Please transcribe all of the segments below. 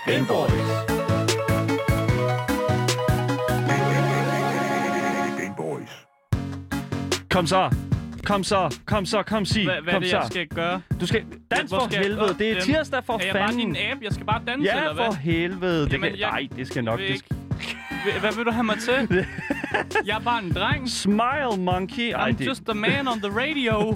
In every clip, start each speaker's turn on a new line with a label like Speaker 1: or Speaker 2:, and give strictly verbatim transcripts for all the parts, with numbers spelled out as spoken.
Speaker 1: Gameboys. Gameboys. Kom så. Kom så, kom så, kom sig.
Speaker 2: Hvad, hvad
Speaker 1: kom
Speaker 2: er det,
Speaker 1: så.
Speaker 2: jeg skal gøre?
Speaker 1: Du skal dans for helvede. Det er tirsdag for fanden.
Speaker 2: Er jeg bare din abe? Jeg skal bare danse,
Speaker 1: ja,
Speaker 2: eller hvad?
Speaker 1: Ja, for helvede. Det
Speaker 2: Jamen,
Speaker 1: kan...
Speaker 2: jeg...
Speaker 1: Nej, det skal nok... Det skal...
Speaker 2: Hvad vil du have mig til? Jeg er bare en dreng.
Speaker 1: Smile, monkey. Ej,
Speaker 2: I'm
Speaker 1: det...
Speaker 2: just a man on the radio.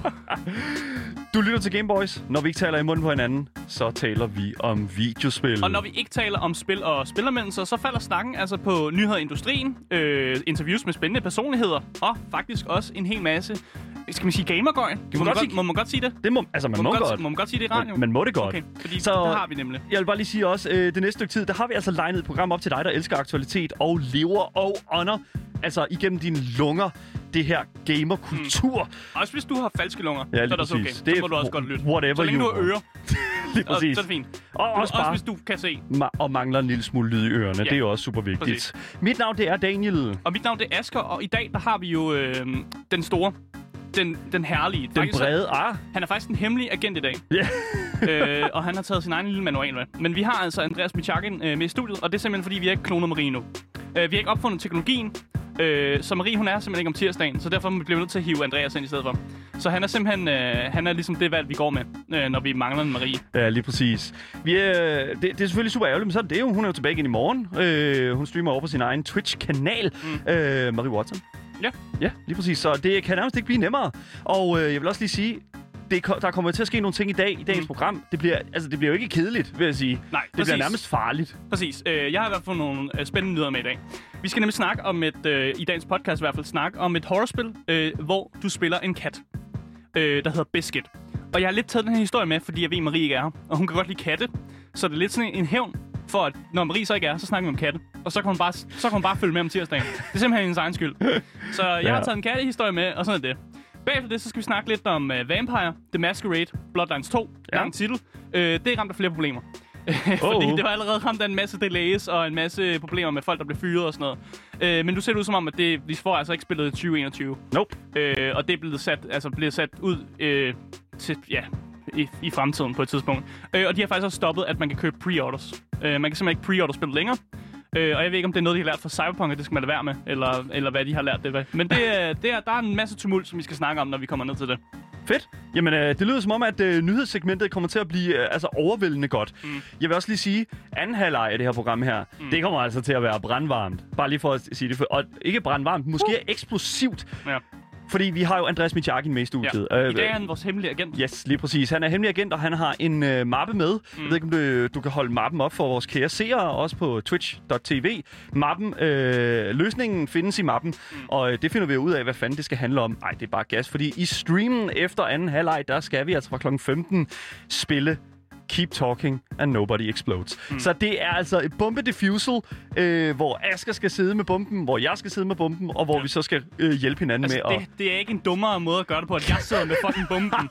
Speaker 1: Du lytter til Gameboys. Når vi ikke taler i munden på hinanden, så taler vi om videospil.
Speaker 2: Og når vi ikke taler om spil og spillermændelser, så falder snakken altså på nyheder i industrien, øh, interviews med spændende personligheder, og faktisk også en hel masse, skal man sige gamergøjen? Må, man godt, må man godt sige det?
Speaker 1: Det må, altså man må,
Speaker 2: må,
Speaker 1: godt.
Speaker 2: godt. Må man godt sige det i radioen?
Speaker 1: Man må det godt.
Speaker 2: Okay, fordi
Speaker 1: så,
Speaker 2: det har vi nemlig.
Speaker 1: Jeg vil bare lige sige også, øh, det næste stykke tid, der har vi altså legnet et program op til dig, der elsker aktualitet og lever og ånder. Altså igennem dine lunger, det her gamerkultur.
Speaker 2: Mm. Også hvis du har falske lunger,
Speaker 1: ja,
Speaker 2: så er det også okay.
Speaker 1: Det
Speaker 2: så må du også godt lytte.
Speaker 1: Whatever
Speaker 2: så længe
Speaker 1: you
Speaker 2: du har ører.
Speaker 1: lige præcis.
Speaker 2: Så er det fint.
Speaker 1: Og også,
Speaker 2: også
Speaker 1: bare,
Speaker 2: hvis du kan se.
Speaker 1: Ma- og mangler en lille smule lyd i ørerne. Ja. Det er jo også super vigtigt. Præcis. Mit navn, det er Daniel.
Speaker 2: Og mit navn, det er Asger. Og i dag, der har vi jo øh, den store... Den, den herlige.
Speaker 1: Den faktisk, brede ar.
Speaker 2: Han er faktisk en hemmelig agent i dag.
Speaker 1: Ja.
Speaker 2: Yeah. øh, og han har taget sin egen lille manual med. Men vi har altså Andreas Michakin øh, med i studiet, og det er simpelthen fordi, vi har ikke klonet Marie nu. Øh, vi har ikke opfundet teknologien, øh, så Marie hun er simpelthen ikke om tirsdagen, så derfor bliver vi nødt til at hive Andreas ind i stedet for. Så han er simpelthen øh, han er ligesom det valg, vi går med, øh, når vi mangler en Marie.
Speaker 1: Ja, lige præcis. Vi er, det, det er selvfølgelig super ærgerligt, men sådan det er jo. Hun er jo tilbage igen i morgen. Øh, hun streamer over på sin egen Twitch-kanal, mm. øh, Marie Watson.
Speaker 2: Ja.
Speaker 1: Ja, lige præcis. Så det kan nærmest ikke blive nemmere. Og øh, jeg vil også lige sige, det, der kommer til at ske nogle ting i dag, i dagens mm. program. Det bliver, altså, det bliver jo ikke kedeligt, vil jeg sige.
Speaker 2: Nej,
Speaker 1: det
Speaker 2: præcis.
Speaker 1: bliver nærmest farligt.
Speaker 2: Præcis. Øh, jeg har i hvert fald nogle øh, spændende nyheder med i dag. Vi skal nemlig snakke om et, øh, i dagens podcast i hvert fald, snakke om et horrorspil, øh, hvor du spiller en kat, øh, der hedder Biscuit. Og jeg har lidt taget den her historie med, fordi jeg ved, at Marie ikke er her, og hun kan godt lide katte. Så det er lidt sådan en hævn for, at når Marie så ikke er, så snakker vi om katte. Og så kan hun bare, så kan hun bare følge med om tirsdagen. Det er simpelthen hendes egen skyld. Så jeg ja. har taget en kattehistorie med, og sådan er det. Bagefter det, så skal vi snakke lidt om uh, Vampire, The Masquerade, Bloodlines to, ja. lang titel. Uh, det er ramt af flere problemer. Fordi oh. det var allerede ramt af en masse delays og en masse problemer med folk, der blev fyret og sådan noget. Uh, men du ser det ud som om, at det, vi får altså ikke spillet i tyve enogtyve.
Speaker 1: Nope.
Speaker 2: Uh, og det er blevet sat, altså blevet sat ud uh, til, ja... I, i fremtiden på et tidspunkt. Øh, og de har faktisk også stoppet, at man kan købe pre-orders. Øh, man kan simpelthen ikke pre-order spillet længere. Øh, og jeg ved ikke, om det er noget, de har lært fra Cyberpunk, at det skal man lade være med, eller, eller hvad de har lært det. Men det, det er, der er en masse tumult, som vi skal snakke om, når vi kommer ned til det.
Speaker 1: Fedt. Jamen, øh, det lyder som om, at øh, nyhedssegmentet kommer til at blive øh, altså overvældende godt. Mm. Jeg vil også lige sige, anden halvleg af det her program her, mm. det kommer altså til at være brandvarmt. Bare lige for at sige det. For, og ikke brandvarmt, måske uh. eksplosivt. Ja. Fordi vi har jo Andreas Michakin med i studiet.
Speaker 2: Ja. I dag er han vores hemmelige agent.
Speaker 1: Yes, lige præcis. Han er hemmelig agent, og han har en øh, mappe med. Mm. Jeg ved ikke, om du, du kan holde mappen op for vores kære seere, også på twitch punktum tv. Mappen, øh, løsningen findes i mappen, mm. og øh, det finder vi ud af, hvad fanden det skal handle om. Nej, det er bare gas, fordi i streamen efter anden halvleg, der skal vi altså fra klokken femten spille Keep Talking and Nobody Explodes. Mm. Så det er altså et bombedefusal, øh, hvor Asger skal sidde med bomben, hvor jeg skal sidde med bomben, og hvor ja. vi så skal øh, hjælpe hinanden altså, med
Speaker 2: det, at... det er ikke en dummere måde at gøre det på, at jeg sidder med fucking bomben.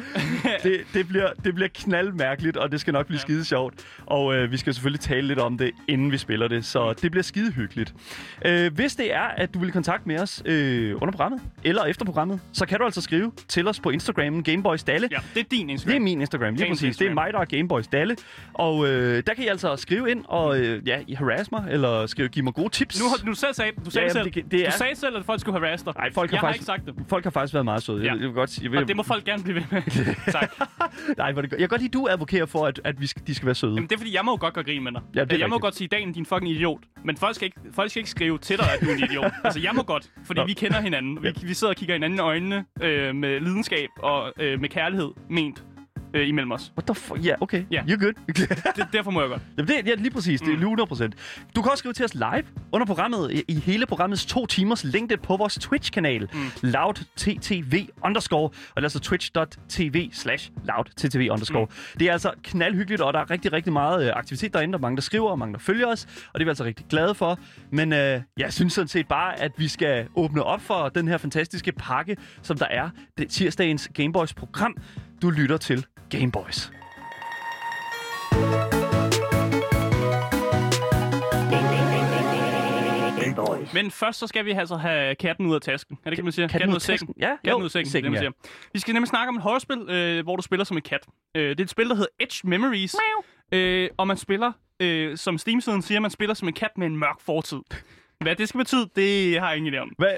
Speaker 1: det, det, bliver, det bliver knaldmærkeligt, og det skal nok blive ja. skide sjovt. Og øh, vi skal selvfølgelig tale lidt om det, inden vi spiller det, så det bliver skide hyggeligt. Øh, hvis det er, at du vil kontakte med os øh, under programmet, eller efter programmet, så kan du altså skrive til os på Instagrammen, Gameboys Dalle.
Speaker 2: Ja, det er din Instagram.
Speaker 1: Det er min Instagram, lige præcis. Det er mig, der er Gameboys Dalle. Og øh, der kan I altså skrive ind og øh, ja, I harass mig, eller skrive, give mig gode tips.
Speaker 2: Nu har du selv sagt, du sagde, ja, selv. Det, det er... du sagde selv, at folk skulle harasse dig.
Speaker 1: Nej, folk har,
Speaker 2: jeg
Speaker 1: faktisk,
Speaker 2: har ikke sagt det.
Speaker 1: Folk har faktisk været meget søde. Ja. Jeg, jeg vil godt, jeg vil...
Speaker 2: Og det må folk gerne blive ved med. Tak.
Speaker 1: Nej, det, jeg kan godt lide, du advokerer for, at, at vi skal, de skal være søde.
Speaker 2: Jamen, det er fordi, jeg må jo godt gøre grin med dig.
Speaker 1: Ja, det er
Speaker 2: jeg må
Speaker 1: rigtigt.
Speaker 2: godt sige, dagen din fucking idiot. Men folk skal ikke, folk skal ikke skrive til dig, at du er en idiot. Altså, jeg må godt, fordi Nå. vi kender hinanden. Vi, vi sidder og kigger hinanden i øjnene øh, med lidenskab og øh, med kærlighed ment. Øh, imellem os.
Speaker 1: What the fuck? Ja, yeah, okay.
Speaker 2: Yeah.
Speaker 1: You're good.
Speaker 2: det, derfor må jeg godt.
Speaker 1: Jamen, det, det er lige præcis. Det er mm. hundrede procent. Du kan også skrive til os live under programmet i, i hele programmets to timers længde på vores Twitch-kanal. Mm. loudttv underscore. Og det er altså twitch punktum tv slash loudttv underscore. Mm. Det er altså knaldhyggeligt, og der er rigtig, rigtig meget øh, aktivitet derinde. Der er mange, der skriver, og mange, der følger os. Og det er vi altså rigtig glade for. Men øh, jeg synes sådan set bare, at vi skal åbne op for den her fantastiske pakke, som der er. Det tirsdagens Gameboys program. Du lytter til Gameboys.
Speaker 2: Men først så skal vi altså have katten ud af tasken. Er det ikke, man siger?
Speaker 1: Katten, katten ud af sækken? Ja,
Speaker 2: katten
Speaker 1: jo.
Speaker 2: ud af sækken,
Speaker 1: sækken
Speaker 2: det, man
Speaker 1: ja.
Speaker 2: siger. Vi skal nemlig snakke om et horrorspil, øh, hvor du spiller som en kat. Øh, det er et spil, der hedder Edge Memories. Øh, og man spiller, øh, som Steam-siden siger, man spiller som en kat med en mørk fortid. Hvad det skal betyde, det har jeg ingen idé om.
Speaker 1: Hvad,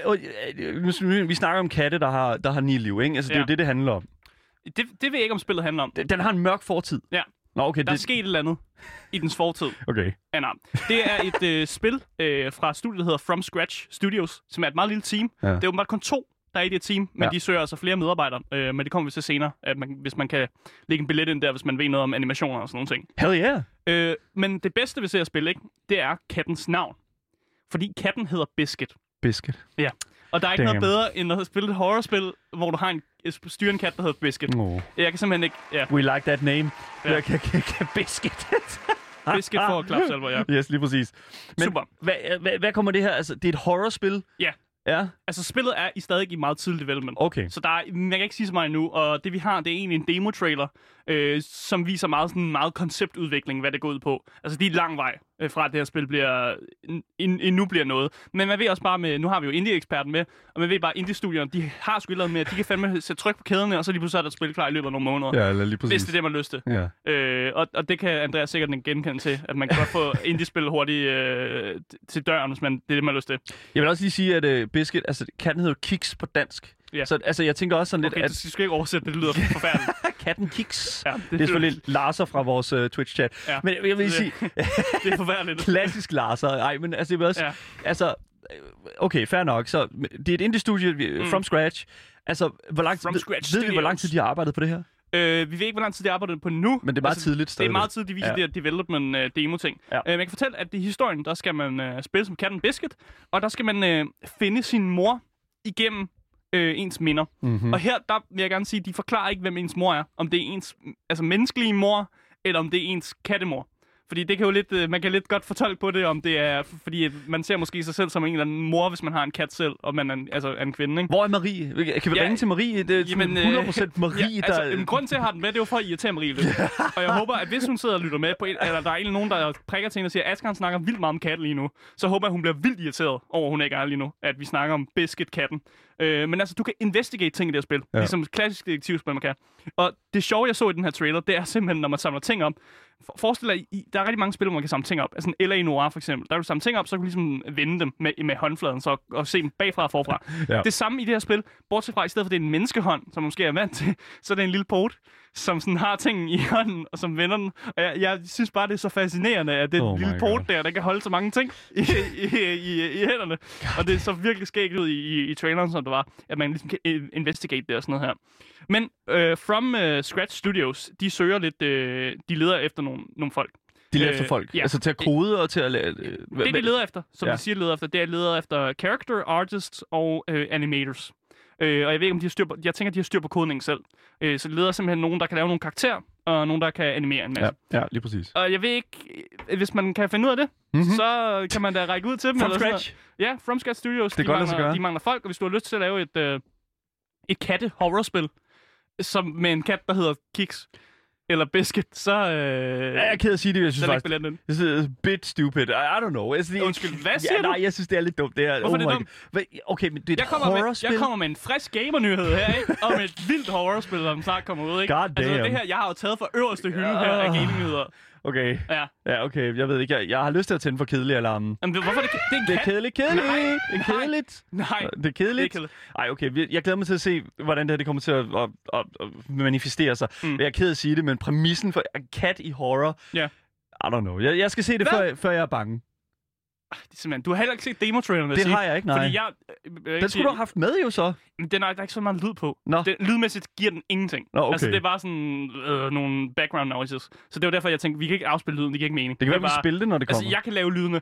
Speaker 1: øh, vi snakker om katte, der har, der har ni liv, ikke? Altså, det er
Speaker 2: Ja.
Speaker 1: jo det, det handler om.
Speaker 2: Det, det ved jeg ikke, om spillet handler om.
Speaker 1: Den, den har en mørk fortid.
Speaker 2: Ja.
Speaker 1: Nå, okay.
Speaker 2: Der
Speaker 1: Det...
Speaker 2: er sket et eller andet i dens fortid.
Speaker 1: Okay.
Speaker 2: Ja, nej. Det er et øh, spil øh, fra studiet, der hedder From Scratch Studios, som er et meget lille team.
Speaker 1: Ja.
Speaker 2: Det er åbenbart kun to, der er i det team, men
Speaker 1: Ja.
Speaker 2: de søger altså flere medarbejdere. Øh, men det kommer vi til senere, at man, hvis man kan lægge en billet ind der, hvis man ved noget om animationer og sådan nogle ting.
Speaker 1: Hell yeah.
Speaker 2: Øh, men det bedste ved at spille, ikke, det er kattens navn. Fordi katten hedder Biscuit.
Speaker 1: Biscuit.
Speaker 2: Ja. Og der er ikke
Speaker 1: Damn.
Speaker 2: noget bedre, end at spille et horrorspil, hvor du har en styre en kat, der hedder Biscuit.
Speaker 1: Oh.
Speaker 2: Jeg kan simpelthen ikke... Ja,
Speaker 1: We like that name.
Speaker 2: Ja.
Speaker 1: Ja. Biscuit.
Speaker 2: Biscuit for klapsalver, ja.
Speaker 1: Yes, lige præcis. Men
Speaker 2: Super.
Speaker 1: Hvad, hvad, hvad kommer det her? Altså, det er et horrorspil?
Speaker 2: Ja.
Speaker 1: Ja?
Speaker 2: Altså, spillet er i stadig i meget tidlig development.
Speaker 1: Okay.
Speaker 2: Så der er, man kan ikke sige så meget endnu, og det vi har, det er egentlig en demo-trailer, øh, som viser meget sådan meget konceptudvikling, hvad det går ud på. Altså, de er lang vej øh, fra, at det her spil bliver, en, endnu bliver noget. Men man ved også bare med, nu har vi jo indie-eksperten med, og man ved bare, indie-studierne, de har sgu med, at de kan fandme sætte tryk på kæderne, og så lige pludselig er der et spil klar i løbet af nogle måneder.
Speaker 1: Ja, lige præcis.
Speaker 2: Hvis det er det, man har lyst til.
Speaker 1: Ja.
Speaker 2: Øh, og, og det kan Andreas sikkert genkende til, at man kan godt få indie-spil hurtigt øh, til døren, hvis man, det er det, man har lyst til.
Speaker 1: Jeg vil også lige sige, at uh, Biscuit, altså katten hedder Kiks på dansk.
Speaker 2: Ja.
Speaker 1: Så altså, jeg tænker også sådan lidt,
Speaker 2: Okay,
Speaker 1: at...
Speaker 2: du skal ikke oversætte det, det lyder forfærdeligt.
Speaker 1: Katten Kiks.
Speaker 2: Ja,
Speaker 1: det, det er selvfølgelig Larser fra vores uh, Twitch-chat.
Speaker 2: Ja.
Speaker 1: Men jeg vil lige
Speaker 2: Det-
Speaker 1: sige...
Speaker 2: Det er forfærdeligt.
Speaker 1: Klassisk Larser. Ej, men altså, jeg vil også...
Speaker 2: Ja.
Speaker 1: Altså, okay, fair nok. Så det er et indie-studie mm. from scratch. Altså, hvor lang,
Speaker 2: From
Speaker 1: ved,
Speaker 2: scratch
Speaker 1: ved vi, hvor lang tid de har arbejdet på det her?
Speaker 2: Øh, vi ved ikke, hvor lang tid de arbejder på nu.
Speaker 1: Men det er meget
Speaker 2: altså,
Speaker 1: tidligt
Speaker 2: Det
Speaker 1: stadig.
Speaker 2: er meget tidligt, de viser
Speaker 1: Ja.
Speaker 2: ja. de her development uh, demo-ting.
Speaker 1: Ja.
Speaker 2: Uh, man kan fortælle, at i historien, der skal man uh, spille som katten Biscuit, og der skal man uh, finde sin mor igennem uh, ens minder.
Speaker 1: Mm-hmm.
Speaker 2: Og her, der vil jeg gerne sige, at de forklarer ikke, hvem ens mor er. Om det er ens altså menneskelige mor, eller om det er ens kattemor. Fordi det kan jo lidt, uh, man kan lidt godt fortolke på det, om det er, fordi man ser måske sig selv som en eller anden mor, hvis man har en kat selv, og man er en, altså, er en kvinde, ikke?
Speaker 1: Hvor er Marie? Kan vi
Speaker 2: Ja,
Speaker 1: ringe til Marie? Det er
Speaker 2: jamen,
Speaker 1: jamen,
Speaker 2: øh,
Speaker 1: hundrede procent Marie,
Speaker 2: ja, altså,
Speaker 1: der...
Speaker 2: en grund til, at jeg har den med, det er jo for at irritere Marie lidt. Og jeg håber, at hvis hun sidder og lytter med, på en, eller der er egentlig nogen, der prikker til hende og siger, at Asger snakker vildt meget om katten lige nu, så håber jeg, at hun bliver vildt irriteret over, at hun ikke er lige nu, at vi snakker om Biscuit-katten. Øh, men altså, du kan investigate ting i det her spil,
Speaker 1: Ja.
Speaker 2: ja. ligesom et klassisk detektivspil, man kan. Og det sjove, jeg så i den her trailer, det er simpelthen, når man samler ting op. For, forestil dig, I, der er rigtig mange spil, hvor man kan samle ting op. Altså en L A Noire for eksempel. Der kan du samle ting op, så kan du ligesom vende dem med, med håndfladen så, og se dem bagfra og forfra.
Speaker 1: Ja.
Speaker 2: Det samme i det her spil, bortset fra, i stedet for det er en menneskehånd, som måske er vant til, så er det en lille pot, som sådan har ting i hånden, og som vender den. Og jeg, jeg synes bare, det er så fascinerende, at det er
Speaker 1: Oh
Speaker 2: en lille
Speaker 1: my
Speaker 2: pot
Speaker 1: God.
Speaker 2: der, der kan holde så mange ting i, i, i, i hænderne. God. Og det er så virkelig skægt ud i, i, i traileren, som det var, at man ligesom kan investigate det og sådan noget her. Men øh, From uh, Scratch Studios, de søger lidt, øh, de leder efter nogle, nogle folk.
Speaker 1: De leder
Speaker 2: Øh,
Speaker 1: efter folk.
Speaker 2: ja.
Speaker 1: Altså til at kode og til at lave...
Speaker 2: Det, de leder efter, som
Speaker 1: Ja.
Speaker 2: ja. de siger, leder efter, det er leder efter character, artists og øh, animators. Øh, og jeg ved ikke, om de har styr på... Jeg tænker, de har styr på kodningen selv. Øh, så de leder simpelthen nogen, der kan lave nogle karakterer, og nogen, der kan animere en masse.
Speaker 1: Ja, ja, lige præcis.
Speaker 2: Og jeg ved ikke, øh, hvis man kan finde ud af det,
Speaker 1: Mm-hmm.
Speaker 2: så kan man da række ud til dem.
Speaker 1: From
Speaker 2: eller sådan
Speaker 1: scratch.
Speaker 2: noget. Ja, From Scratch Studios.
Speaker 1: Det kan
Speaker 2: de,
Speaker 1: godt lade sig
Speaker 2: mangler,
Speaker 1: gøre.
Speaker 2: de mangler folk, og hvis du har lyst til at lave et, øh, et katte-horrorspil, som med en kat, der hedder Kiks, eller Biscuit, så... Øh,
Speaker 1: Ja, jeg er ked af at sige det, jeg synes
Speaker 2: så er det ikke
Speaker 1: faktisk...
Speaker 2: billetten ind.
Speaker 1: Det er bit stupid. I, I don't know. Altså, det,
Speaker 2: Undskyld, hvad siger
Speaker 1: ja,
Speaker 2: du?
Speaker 1: Nej, jeg synes, det er lidt dumt. Det er,
Speaker 2: Hvorfor er det
Speaker 1: my
Speaker 2: dumt?
Speaker 1: God. Hvad- Okay, men det er et
Speaker 2: Jeg kommer, med,
Speaker 1: horrorspil.
Speaker 2: jeg kommer med en frisk gamer-nyhed her, ikke? Om et vildt horrorspil, som snart kommer ud, ikke?
Speaker 1: God
Speaker 2: Altså,
Speaker 1: damn.
Speaker 2: det her, jeg har jo taget fra øverste hylde her af
Speaker 1: Ah.
Speaker 2: gaming-nyheder.
Speaker 1: Okay.
Speaker 2: Ja.
Speaker 1: Ja, okay. Jeg ved ikke. Jeg, jeg har lyst til at tænde for kedelig alarmen.
Speaker 2: Jamen, hvorfor er det, det er en
Speaker 1: Det er
Speaker 2: kat?
Speaker 1: kedeligt. Kedeligt.
Speaker 2: Nej,
Speaker 1: Det er
Speaker 2: nej.
Speaker 1: kedeligt.
Speaker 2: Nej,
Speaker 1: Det er
Speaker 2: det er
Speaker 1: kedeligt.
Speaker 2: kedeligt.
Speaker 1: Ej, okay. vi- Jeg glæder mig til at se, hvordan det her det kommer til at, at, at, at manifestere sig.
Speaker 2: Mm.
Speaker 1: Jeg er ked af at sige det, men præmissen for en kat i horror...
Speaker 2: Ja.
Speaker 1: I don't know. Jeg, jeg skal se det,
Speaker 2: Hvad?
Speaker 1: før, før jeg er bange.
Speaker 2: Det er simpelthen, du har heller ikke set demo-traileren, vil
Speaker 1: Det
Speaker 2: jeg sige.
Speaker 1: har jeg ikke, nej.
Speaker 2: Fordi jeg... Øh, øh,
Speaker 1: Den skulle du have haft med jo så.
Speaker 2: Men den er, der er ikke så meget lyd på.
Speaker 1: Nå.
Speaker 2: Den, lydmæssigt giver den ingenting.
Speaker 1: Nå, okay.
Speaker 2: Altså, det er bare sådan øh, nogle background noises. Så det var derfor, jeg tænkte, vi kan ikke afspille lyden, det giver ikke mening.
Speaker 1: Det kan være,
Speaker 2: er
Speaker 1: vi kan
Speaker 2: bare,
Speaker 1: spille det, når det kommer.
Speaker 2: Altså, jeg kan lave lydene.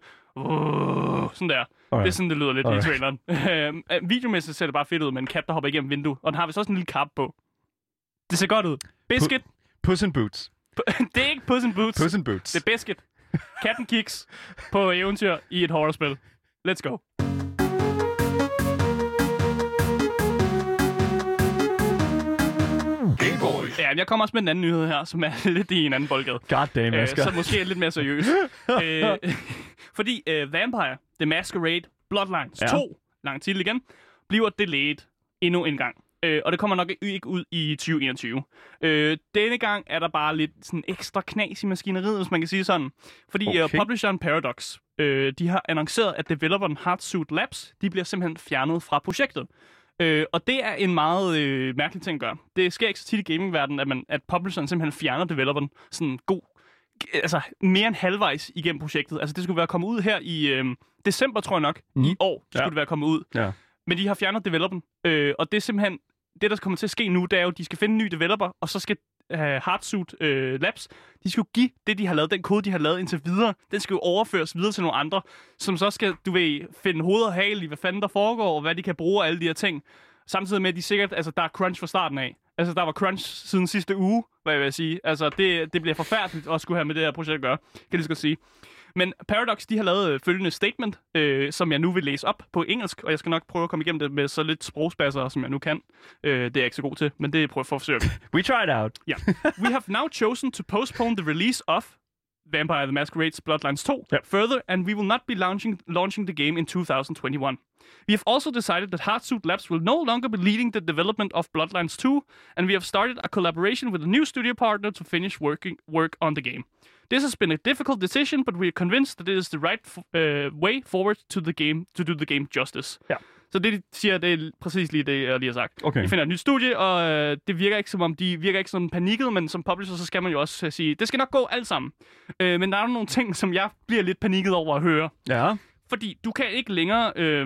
Speaker 2: Uh, sådan der.
Speaker 1: Alright.
Speaker 2: Det er sådan, det lyder lidt
Speaker 1: Alright.
Speaker 2: i traileren. Øh, videomæssigt ser det bare fedt ud med en kat, der hopper igennem vinduet. Og den har vist også en lille kap på. Det ser godt ud. Biscuit.
Speaker 1: Puss in Boots.
Speaker 2: Det er ikke Puss in Boots.
Speaker 1: Puss in Boots.
Speaker 2: Det er Biscuit. Katten Kiks på eventyr i et horrorspil. Let's go. Ja, men jeg kommer også med en anden nyhed her, som er lidt i en anden boldgade.
Speaker 1: God damn,
Speaker 2: Øh,
Speaker 1: Asger.
Speaker 2: så måske er lidt mere seriøs. øh, fordi øh, Vampire, The Masquerade, Bloodlines
Speaker 1: Ja.
Speaker 2: to, lang titel igen, bliver delayed endnu en gang. Øh, og det kommer nok ikke ud i tyve enogtyve. Øh, denne gang er der bare lidt sådan ekstra knas i maskineriet, hvis man kan sige sådan. Fordi okay. uh, publisheren Paradox, øh, de har annonceret, at developeren Hardsuit Labs, de bliver simpelthen fjernet fra projektet. Øh, og det er en meget øh, mærkelig ting at gøre. Det sker ikke så tit i gamingverdenen, at, man, at publisheren simpelthen fjerner developeren sådan god, altså mere end halvvejs igennem projektet. Altså det skulle være kommet ud her i øh, december, tror jeg nok, mm. i år skulle ja. det være kommet ud. Ja. Men de har fjernet developeren, øh, og det er simpelthen, det der kommer til at ske nu, det er jo, at de skal finde en ny developer, og så skal uh, Hardsuit uh, Labs, de skal jo give det, de har lavet, den kode, de har lavet indtil videre, den skal jo overføres videre til nogle andre, som så skal, du ved, finde hoved og hale i, hvad fanden der foregår, og hvad de kan bruge alle de her ting. Samtidig med, at de sikkert, altså der er crunch fra starten af. Altså der var crunch siden sidste uge, hvad jeg vil sige. Altså det, det bliver forfærdeligt at skulle have med det her projekt at gøre, kan jeg lige sige. Men Paradox, de har lavet følgende statement, øh, som jeg nu vil læse op på engelsk, og jeg skal nok prøve at komme igennem det med så lidt sprogspasser, som jeg nu kan. Øh, det er jeg ikke så god til, men det prøver jeg for at forsøge.
Speaker 1: We tried out.
Speaker 2: Yeah. We have now chosen to postpone the release of Vampire the Masquerade's Bloodlines two yep. further, and we will not be launching launching the game in two thousand twenty-one. We have also decided that Hardsuit Labs will no longer be leading the development of Bloodlines two, and we have started a collaboration with a new studio partner to finish working work on the game. This has been a difficult decision, but we are convinced that it is the right uh, way forward to the game to do the game justice. Ja. Så det, de siger, det er præcis lige det, jeg lige har sagt. Okay. Vi finder et nyt studie, og øh, det virker ikke som om, de virker ikke som panikket, men som publisher, så skal man jo også uh, sige, det skal nok gå alt sammen. Øh, men der er nogle ting, som jeg bliver lidt panikket over at høre. Ja. Fordi du kan ikke længere øh,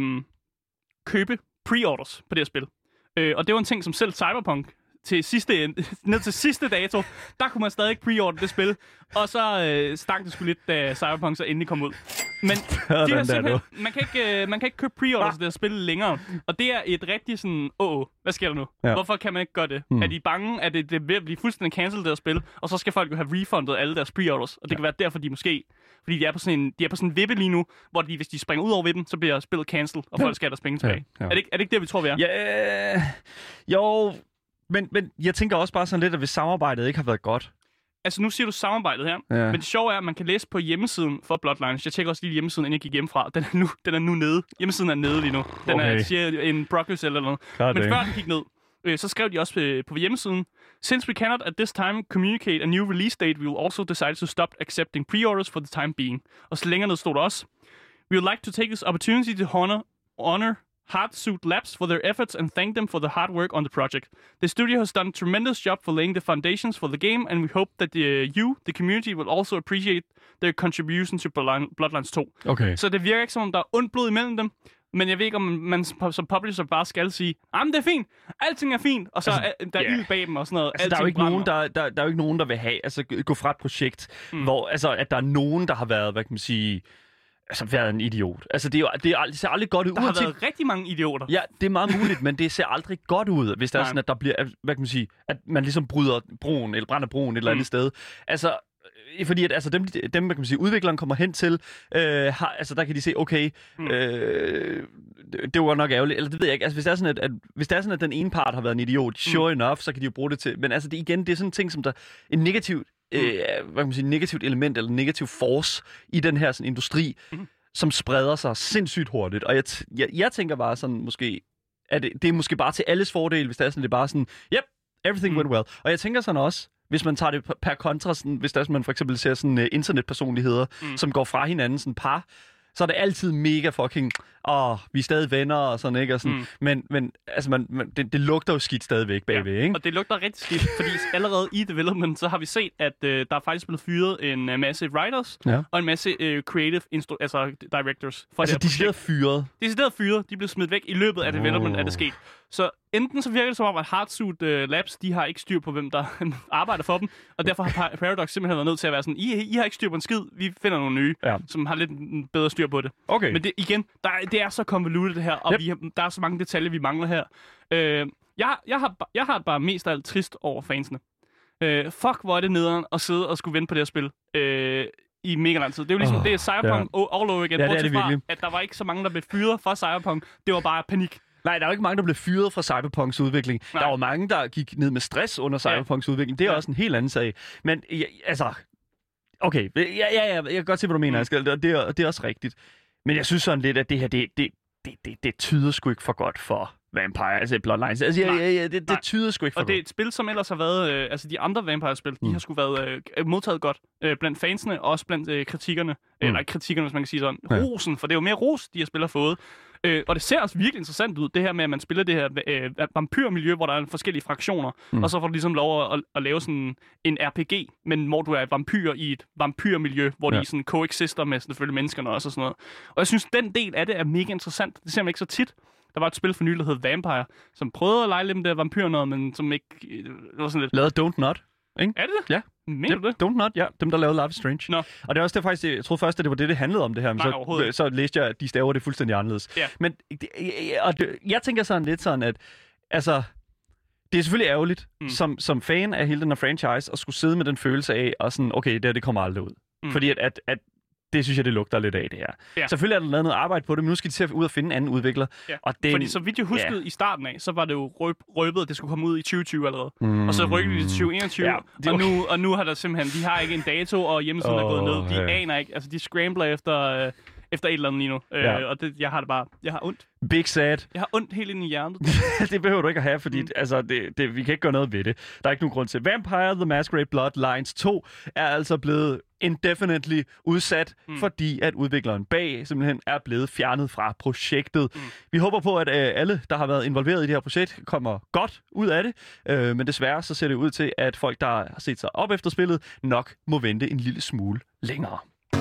Speaker 2: købe pre-orders på det her spil. Øh, og det var en ting, som selv Cyberpunk til sidste, ned til sidste dato, der kunne man stadig ikke pre-order det spil. Og så øh, stank det sgu lidt, da Cyberpunk så endelig kom ud. Men de her simpelthen, man, kan ikke, øh, man kan ikke købe pre-orders til det her spil længere. Og det er et rigtig sådan, åh, hvad sker der nu? Ja. Hvorfor kan man ikke gøre det? Hmm. Er de bange, at det, det er ved at blive fuldstændig cancelled, det her spil? Og så skal folk jo have refundet alle deres pre-orders. Og det ja. kan være derfor, de måske... Fordi de er på sådan en, de er på sådan en vippe lige nu, hvor de, hvis de springer ud over vippen, så bliver spillet cancelled, og folk skal have deres penge tilbage. Ja. Ja. Er, det ikke, er det ikke det, vi tror, vi er?
Speaker 1: Ja, øh, jo... Men, men jeg tænker også bare sådan lidt, at hvis samarbejdet ikke har været godt.
Speaker 2: Altså nu siger du samarbejdet her, ja. Men det sjove er, at man kan læse på hjemmesiden for Bloodlines. Jeg tjekker også lige hjemmesiden, inden jeg gik hjemmefra. Den er nu, den er nu nede. Hjemmesiden er nede lige nu. Den okay. er siger en progress eller noget. God men før den gik ned, øh, så skrev de også øh, på hjemmesiden. Since we cannot at this time communicate a new release date, we will also decide to stop accepting pre-orders for the time being. Og så længere ned stod der også. We would like to take this opportunity to honor, honor Hardsuit Labs for their efforts and thank them for the hard work on the project. The studio has done a tremendous job for laying the foundations for the game, and we hope that the, uh, you, the community, will also appreciate their contribution to Bloodlines two. Okay. Så det virker ikke som om, der er ondt blod imellem dem, men jeg ved ikke, om man som publisher bare skal sige, jamen det er fint, alting er fint, og så altså, er der yeah. ild bag dem og sådan noget.
Speaker 1: Altså, der er jo ikke nogen, der, der, der er jo ikke nogen, der vil have, altså gå fra et projekt, mm. hvor altså, at der er nogen, der har været, hvad kan man sige, altså været en idiot. Altså, det, er jo, det, er, det ser aldrig godt ud.
Speaker 2: Der har uanset... været rigtig mange idioter.
Speaker 1: Ja, det er meget muligt, men det ser aldrig godt ud, hvis der er sådan, at der bliver, hvad kan man sige, at man ligesom bryder broen, eller brænder broen et eller andet mm. sted. Altså, fordi at, altså, dem, dem, hvad kan man sige, udvikleren kommer hen til, øh, har, altså, der kan de se, okay, mm. øh, det, det var nok ærgerligt, eller det ved jeg ikke, altså, hvis det er sådan, at, at, hvis det er sådan, at den ene part har været en idiot, sure mm. enough, så kan de jo bruge det til, men altså, det igen, det er sådan en ting, som der, en negativt, Mm. Øh, hvad kan man sige, negativt element eller negativ force i den her sådan, industri, mm. som spreder sig sindssygt hurtigt. Og jeg, t- jeg, jeg tænker bare sådan, måske, at det, det er måske bare til alles fordel, hvis det er sådan, det er bare sådan, yep, everything mm. went well. Og jeg tænker sådan også, hvis man tager det per kontra, sådan, hvis der, man for eksempel ser sådan uh, internetpersonligheder, mm. som går fra hinanden, sådan par, så er det altid mega fucking, åh, vi er stadig venner og sådan, ikke? Og sådan. Mm. Men, men altså, man, man, det, det lugter jo skidt stadigvæk bagved, ja. Ikke?
Speaker 2: Og det lugter rigtig skidt, fordi allerede i development, så har vi set, at øh, der er faktisk blevet fyret en uh, masse writers ja. og en masse øh, creative instru- altså directors. For
Speaker 1: altså, de er fyret?
Speaker 2: De er fyret. De blev smidt væk i løbet af oh. development, er det sket. Så enten så virker det som om, at Hardsuit uh, Labs, de har ikke styr på, hvem der arbejder for dem, og derfor har Paradox simpelthen været nødt til at være sådan, I, I har ikke styr på en skid, vi finder nogle nye, ja. som har lidt bedre styr på det. Okay. Men det, igen, der, det er så convoluted det her, og yep. vi har, der er så mange detaljer, vi mangler her. Uh, jeg, jeg, har, jeg har bare mest af alt trist over fansene. Uh, fuck, hvor er det nederen at sidde og skulle vente på det her spil. Uh, i mega lang tid. Det er jo ligesom, oh, det er Cyberpunk yeah. all over igen.
Speaker 1: Ja, det er det virkelig.
Speaker 2: At der var ikke så mange, der blev fyret fra Cyberpunk. Det var bare panik.
Speaker 1: Nej, der er jo ikke mange, der blev fyret fra Cyberpunks udvikling. Nej. Der var mange, der gik ned med stress under Cyberpunks ja. udvikling. Det er ja. også en helt anden sag. Men ja, altså... Okay, ja, ja, ja, jeg kan godt se, hvad du mener, Asger. Det, det, er, det er også rigtigt. Men jeg synes sådan lidt, at det her, det, det, det, det, det tyder sgu ikke for godt for, Vampire, altså Bloodlines. Altså, ja, ja, ja, det, det
Speaker 2: Nej.
Speaker 1: tyder sgu ikke for
Speaker 2: Og det er et spil, som ellers har været... Øh, altså, de andre Vampire-spil, mm. de har sgu været øh, modtaget godt øh, blandt fansene, og også blandt øh, kritikkerne. Mm. Eller ikke kritikkerne, hvis man kan sige sådan. Ja. Rosen, for det er jo mere ros, de her spil har fået. Øh, og det ser også virkelig interessant ud, det her med, at man spiller det her øh, vampyrmiljø, hvor der er forskellige fraktioner, mm. og så får du ligesom lov at, at, at lave sådan en R P G, men hvor du er vampyr i et vampyrmiljø, hvor ja. de sådan coexister med selvfølgelig menneskerne også og sådan noget. Og jeg synes, den del af det er mega interessant. Det ser man ikke så tit. Der var et spil for nylig, der hed Vampire, som prøvede at lege lidt med det vampyr noget, men som ikke... Det var sådan lidt...
Speaker 1: Lavet Don't Not, ikke?
Speaker 2: Er det det?
Speaker 1: Ja.
Speaker 2: Mener
Speaker 1: yep.
Speaker 2: du det?
Speaker 1: Don't Not, ja. Dem, der lavede Life is Strange.
Speaker 2: Nå.
Speaker 1: Og det er også det faktisk, jeg troede først, at det var det, det handlede om det her. Men
Speaker 2: Nej,
Speaker 1: så, så læste jeg, at de staver det fuldstændig anderledes.
Speaker 2: Ja.
Speaker 1: Men det, og det, jeg tænker sådan lidt sådan, at altså, det er selvfølgelig ærgerligt, mm. som, som fan af hele den her franchise, at skulle sidde med den følelse af, og sådan, okay, det her, det kommer aldrig ud. Mm. Fordi at, at, at det synes jeg, det lugter lidt af, det her. Ja. Selvfølgelig er der lavet noget arbejde på det, men nu skal de til ud og finde en anden udvikler.
Speaker 2: Ja.
Speaker 1: Og det,
Speaker 2: Fordi så vidt jeg huskede ja. i starten af, så var det jo røb, røbet, at det skulle komme ud i tyve tyve allerede. Mm. Og så rykkede de til tyve enogtyve, ja, det, og, nu, og nu har der simpelthen, de har ikke en dato, og hjemmesiden oh, er gået ned. De ja. aner ikke, altså de scrambler efter, øh, efter et eller andet lige nu. Ja. Øh, og det, jeg har det bare, jeg har ondt.
Speaker 1: Big sad.
Speaker 2: Jeg har ondt helt ind i hjertet.
Speaker 1: Det behøver du ikke at have, fordi mm. altså, det, det, vi kan ikke gøre noget ved det. Der er ikke nogen grund til. Vampire The Masquerade Bloodlines to er altså blevet indefinitely udsat, mm. fordi at udvikleren bag simpelthen er blevet fjernet fra projektet. Mm. Vi håber på, at øh, alle, der har været involveret i det her projekt, kommer godt ud af det. Øh, men desværre så ser det ud til, at folk, der har set sig op efter spillet, nok må vente en lille smule længere.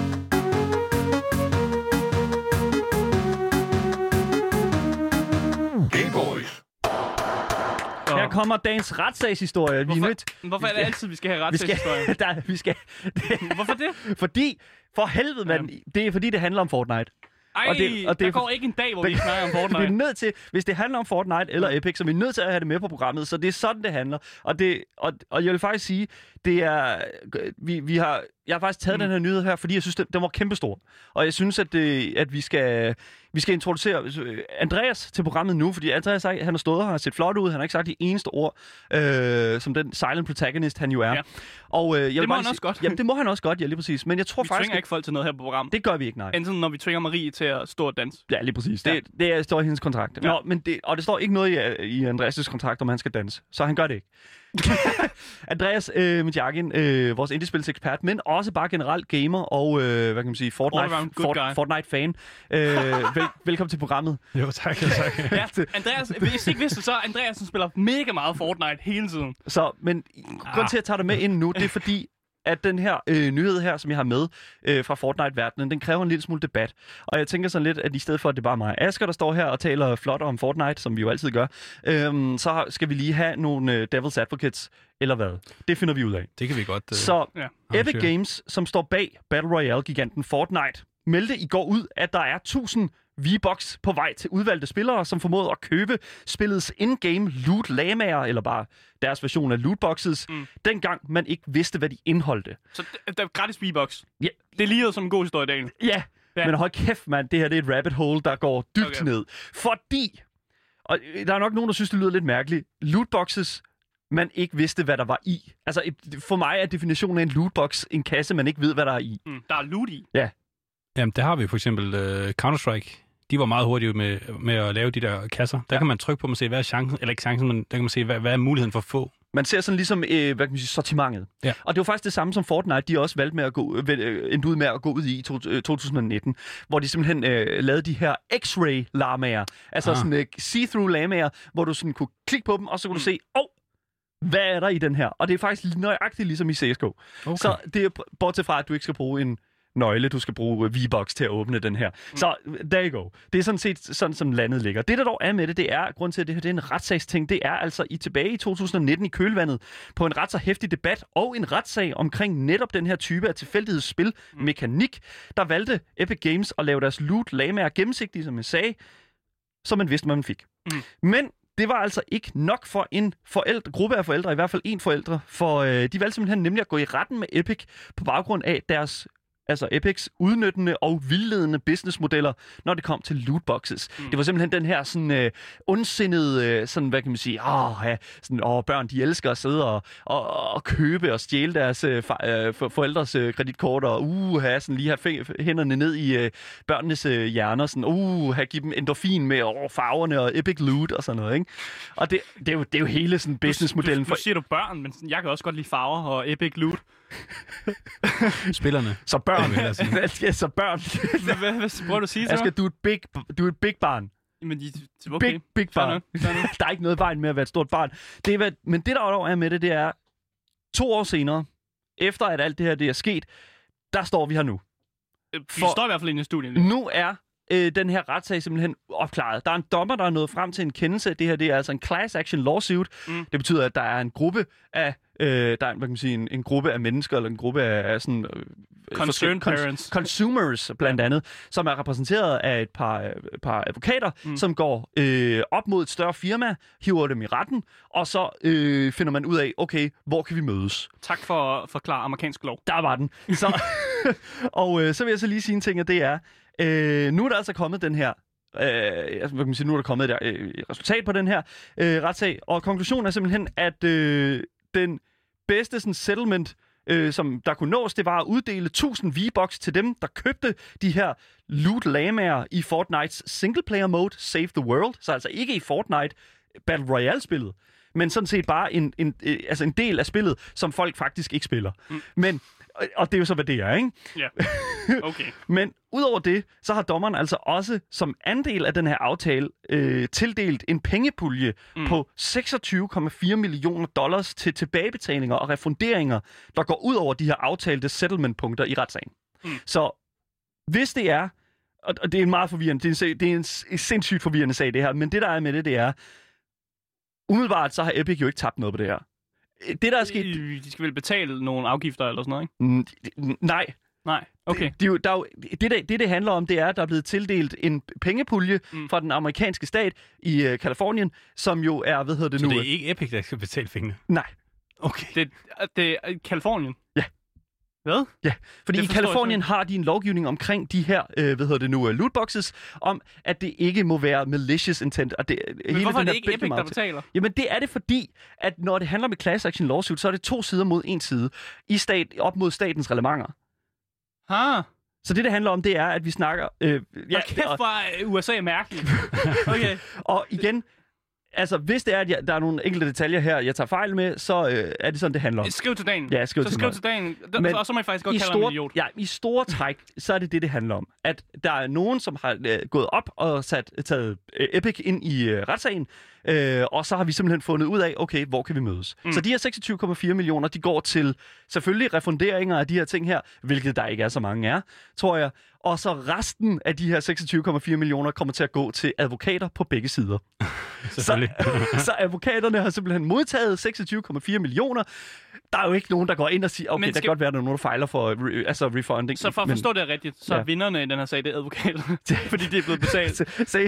Speaker 1: Her kommer dagens retssagshistorie.
Speaker 2: Hvorfor,
Speaker 1: vi er nødt...
Speaker 2: hvorfor er det altid, vi skal have retssagshistorie?
Speaker 1: Vi skal... Der, vi skal
Speaker 2: hvorfor det?
Speaker 1: Fordi, for helvede, mand, ja. det er fordi, det handler om Fortnite.
Speaker 2: Ej, og det, og det, der går ikke en dag, hvor vi snakker om Fortnite.
Speaker 1: Vi er nødt til, hvis det handler om Fortnite eller Epic, så er vi nødt til at have det med på programmet. Så det er sådan, det handler. Og, det, og, og jeg vil faktisk sige, det er... Vi, vi har... Jeg har faktisk taget mm. den her nyhed her, fordi jeg synes, den, den var kæmpestor. Og jeg synes, at, det, at vi skal vi skal introducere Andreas til programmet nu, fordi Andreas han har stået her og har set flot ud. Han har ikke sagt de eneste ord, øh, som den silent protagonist, han jo er.
Speaker 2: Ja.
Speaker 1: Og, øh, jeg
Speaker 2: det må
Speaker 1: han
Speaker 2: også
Speaker 1: sige,
Speaker 2: godt.
Speaker 1: Jamen, det må han også godt, ja, lige præcis. Men jeg tror
Speaker 2: vi
Speaker 1: faktisk...
Speaker 2: Vi tvinger ikke folk til noget her på programmet.
Speaker 1: Det gør vi ikke, nej.
Speaker 2: Enten når vi tvinger Marie til at stå og danse.
Speaker 1: Ja, lige præcis. Det,
Speaker 2: ja.
Speaker 1: det, det står i hendes kontrakt.
Speaker 2: Ja.
Speaker 1: Nå, men det, og det står ikke noget i, i Andreas' kontrakt, om han skal danse. Så han gør det ikke. Andreas øh, Midjakin, øh, vores indiespilsekspert, men også bare generelt gamer og, øh, hvad kan man sige, Fortnite, Fort, Fortnite-fan. Øh, vel, velkommen til programmet.
Speaker 3: Jo, tak. tak.
Speaker 2: Ja, Andreas, hvis ikke vidste, så er Andreas, som spiller mega meget Fortnite hele tiden.
Speaker 1: Så, men ah. grund til at tage dig med ind nu, det er fordi, at den her øh, nyhed her, som jeg har med øh, fra Fortnite-verdenen, den kræver en lille smule debat. Og jeg tænker sådan lidt, at i stedet for, at det er bare mig Asger, der står her og taler flot om Fortnite, som vi jo altid gør, øh, så skal vi lige have nogle øh, Devil's Advocates, eller hvad? Det finder vi ud af.
Speaker 3: Det kan vi godt. Øh,
Speaker 1: så ja. Epic Games, som står bag Battle Royale-giganten Fortnite, meldte i går ud, at der er tusind V-Bucks på vej til udvalgte spillere, som formåede at købe spillets in-game loot-lamager, eller bare deres version af lootboxes, mm. dengang man ikke vidste, hvad de indeholdte.
Speaker 2: Så der er gratis V-Bucks?
Speaker 1: Ja.
Speaker 2: Det lyder som en god historie, Daniel.
Speaker 1: Ja, ja. Men hold kæft, mand, det her det er et rabbit hole, der går dybt okay. ned. Fordi, og der er nok nogen, der synes, det lyder lidt mærkeligt, lootboxes, man ikke vidste, hvad der var i. Altså, for mig er definitionen af en lootbox en kasse, man ikke ved, hvad der er i.
Speaker 2: Mm. Der er loot i?
Speaker 1: Ja.
Speaker 3: Jamen, der har vi for eksempel uh, Counter-Strike. De var meget hurtige med, med at lave de der kasser. Der ja. kan man trykke på dem og se, hvad er chancen, eller ikke chancen, men der kan man se, hvad, hvad er muligheden for at få.
Speaker 1: Man ser sådan ligesom, øh, hvad kan man sige, sortimentet. Ja. Og det var faktisk det samme som Fortnite, de også valgte med at gå, øh, endte ud med at gå ud i to, øh, to tusind nitten, hvor de simpelthen øh, lavede de her X-ray-lamager. Altså ah. sådan øh, see-through lamager, hvor du sådan kunne klikke på dem, og så kunne mm. du se, åh, oh, hvad er der i den her? Og det er faktisk nøjagtigt ligesom i C S G O. Okay. Så det er bortset fra, at du ikke skal bruge en nøgle, du skal bruge V-Bucks til at åbne den her. Mm. Så there you go. Det er sådan set sådan, som landet ligger. Det, der dog er med det, det er, grund til, at det her det er en retssagsting, det er altså i tilbage i to tusind nitten i kølvandet på en ret så heftig debat og en retssag omkring netop den her type af tilfældighedsspil, mm. mekanik, der valgte Epic Games at lave deres loot lamaer gennemsigtige, som jeg sagde, så man vidste, hvad man fik. Mm. Men det var altså ikke nok for en forældre, gruppe af forældre, i hvert fald en forældre, for øh, de valgte simpelthen nemlig at gå i retten med Epic på baggrund af deres altså Epics udnyttende og vildledende businessmodeller, når det kom til lootboxes. Mm. Det var simpelthen den her sådan øh, ondsindede, øh, sådan, hvad kan man sige, åh, ja, sådan, åh, børn, de elsker at sidde og, og, og købe og stjæle deres øh, for, øh, for, forældres øh, kreditkort, og uh, have, sådan, lige have f- hænderne ned i øh, børnenes øh, hjerner, sådan, uh, have, give dem endorfin med åh, farverne og epic loot og sådan noget, ikke? Og det, det, er, jo, det er jo hele sådan businessmodellen.
Speaker 2: Nu, nu, nu siger du børn, men jeg kan også godt lide farver og epic loot.
Speaker 3: Spillerne.
Speaker 1: Så børn. Ja, så børn.
Speaker 2: Hvad, hvad, hvad prøver du at sige til
Speaker 1: Jeg skal, du er et big, du er et big barn.
Speaker 2: Jamen, okay.
Speaker 1: Big, big barn. Der er ikke noget vejen med at være et stort barn. Det er, hvad, men det, der er med det, det er, to år senere, efter at alt det her det er sket, der står vi her nu.
Speaker 2: Vi For, står i hvert fald inde i studien.
Speaker 1: Nu er øh, den her retssag simpelthen opklaret. Der er en dommer, der er nået frem til en kendelse. Det her det er altså en class action lawsuit. Mm. Det betyder, at der er en gruppe af øh, der er, hvad kan man sige, en, en gruppe af mennesker, eller en gruppe af, af sådan... Øh,
Speaker 2: Concerned parents.
Speaker 1: Consumers, blandt andet, som er repræsenteret af et par, et par advokater, mm. som går øh, op mod et større firma, hiver dem i retten, og så øh, finder man ud af, okay, hvor kan vi mødes?
Speaker 2: Tak for at forklare amerikansk lov.
Speaker 1: Der var den. Så, og øh, så vil jeg så lige sige en ting, og det er, øh, nu er der altså kommet den her, øh, hvad kan man sige, nu er der kommet et øh, resultat på den her øh, retssag, og konklusionen er simpelthen, at øh, den bedste sådan, settlement, Øh, som der kunne nås, det var at uddele tusind V-Bucks til dem, der købte de her loot-lamaer i Fortnites single-player mode, Save the World, så altså ikke i Fortnite Battle Royale-spillet, men sådan set bare en, en, øh, altså en del af spillet, som folk faktisk ikke spiller. Mm. Men, og det er jo så, hvad det er, ikke?
Speaker 2: Ja, okay.
Speaker 1: Men udover det, så har dommeren altså også som andel af den her aftale øh, tildelt en pengepulje mm. på seksogtyve komma fire millioner dollars til tilbagebetalinger og refunderinger, der går ud over de her aftalte settlement-punkter i retssagen. Mm. Så hvis det er, og det er en meget forvirrende, det er en, det er en sindssygt forvirrende sag det her, men det der er med det, det er, umiddelbart så har Epic jo ikke tabt noget på det her. Det der er sket...
Speaker 2: De skal vel betale nogle afgifter eller sådan noget,
Speaker 1: ikke? Nej.
Speaker 2: Nej, okay.
Speaker 1: Det, det, der, det, det, det, det handler om, det er, at der er blevet tildelt en pengepulje mm. fra den amerikanske stat i uh, Kalifornien, som jo er, hvad hedder det
Speaker 3: så
Speaker 1: nu?
Speaker 3: Så det er ikke Epic, der skal betale pengene?
Speaker 1: Nej.
Speaker 3: Okay.
Speaker 2: Det, det er Kalifornien?
Speaker 1: Ja.
Speaker 2: Hvad?
Speaker 1: Ja, fordi i Kalifornien har de en lovgivning omkring de her, øh, hvad hedder det nu, lootboxes, om at det ikke må være malicious intent. Og det,
Speaker 2: Men
Speaker 1: hele
Speaker 2: hvorfor
Speaker 1: den
Speaker 2: er det ikke Epic, der betaler?
Speaker 1: Jamen det er det fordi, at når det handler om class action lawsuit, så er det to sider mod en side, i stat, op mod statens reglementer.
Speaker 2: Ha.
Speaker 1: Så det, det handler om, det er, at vi snakker... Øh,
Speaker 2: ja, kæft, hvor U S A er mærkeligt. Okay.
Speaker 1: Og igen... Altså, hvis det er, at jeg, der er nogle enkelte detaljer her, jeg tager fejl med, så øh, er det sådan, det handler om.
Speaker 2: Skriv til dagen.
Speaker 1: Ja, skriv
Speaker 2: så
Speaker 1: til
Speaker 2: skriv til dagen. Men og så må jeg faktisk godt kalde
Speaker 1: store,
Speaker 2: ham en idiot.
Speaker 1: Ja, i store træk, så er det det, det handler om. At der er nogen, som har øh, gået op og sat, taget øh, Epic ind i øh, retssagen, øh, og så har vi simpelthen fundet ud af, okay, hvor kan vi mødes? Mm. Så de her seksogtyve komma fire millioner, de går til selvfølgelig refunderinger af de her ting her, hvilket der ikke er så mange er, tror jeg. Og så resten af de her seksogtyve komma fire millioner kommer til at gå til advokater på begge sider. så, så advokaterne har simpelthen modtaget seksogtyve komma fire millioner. Der er jo ikke nogen, der går ind og siger, okay, skal... der kan godt være, at der er nogen, der fejler for re- altså refunding.
Speaker 2: Så for at forstå men... det rigtigt, så er ja. vinderne i den her sag, det er advokaterne, fordi de er blevet betalt.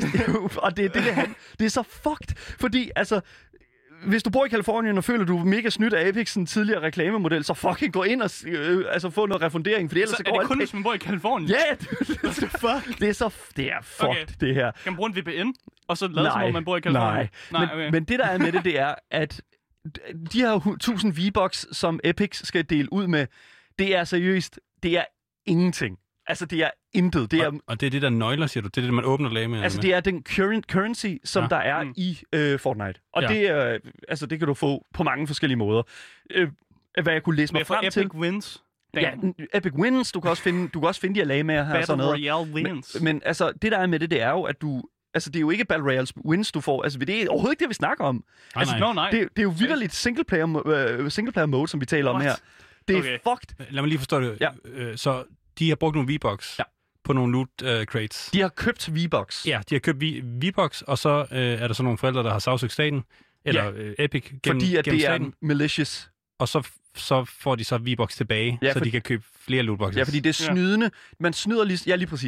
Speaker 1: Og det er det, det, han... det er så fucked, fordi altså... Hvis du bor i Kalifornien og føler, at du er mega snydt af Epics en tidligere reklamemodel, så fucking gå ind og øh, altså få noget refundering, for ellers så, så går
Speaker 2: er det kun, hvis man bor i Kalifornien?
Speaker 1: Ja, yeah, det, fuck? det er så det er fucked, okay. det her.
Speaker 2: Kan man bruge en V P N, og så lade som om man bor i Kalifornien?
Speaker 1: Nej, nej. Okay. Men, men det, der er med det, det er, at de her tusind V-Bucks, som Epic skal dele ud med, det er seriøst, det er ingenting. Altså, det er intet. Det er,
Speaker 3: og, og det er det, der nøgler, siger du? Det er det, man åbner lage med?
Speaker 1: Altså, det er den current currency, som ja. der er mm. i øh, Fortnite. Og ja. det, øh, altså, det kan du få på mange forskellige måder. Øh, hvad jeg kunne læse mig frem
Speaker 2: Epic
Speaker 1: til.
Speaker 2: Epic Wins.
Speaker 1: Damn. Ja, Epic Wins. Du kan også finde, du kan også finde de her lagmager her.
Speaker 2: Battle Royale Wins.
Speaker 1: Men, men altså, det der er med det, det er jo, at du... Altså, det er jo ikke Battle Royale Wins, du får. Altså, det er overhovedet ikke det, vi snakker om.
Speaker 3: Ah,
Speaker 1: altså,
Speaker 2: no, nej.
Speaker 1: Det, det er jo vitterligt single-player uh, single mode, som vi taler What? om her. Det er okay. fucked.
Speaker 3: Lad mig lige forstå det. Ja. Øh, så de har brugt nogle V-Bucks. Ja. På nogle loot uh, crates.
Speaker 1: De har købt V-Bucks.
Speaker 3: Ja, de har købt V-Bucks, og så uh, er der så nogle forældre, der har sagsøgt staten, eller ja. uh, Epic gennem,
Speaker 1: fordi at
Speaker 3: gennem
Speaker 1: det
Speaker 3: staten.
Speaker 1: er malicious.
Speaker 3: Og så, så får de så V-Bucks tilbage, ja, så for, de kan købe flere lootboxes.
Speaker 1: Ja, fordi det er snydende. Man snyder lige... Ja, lige præcis.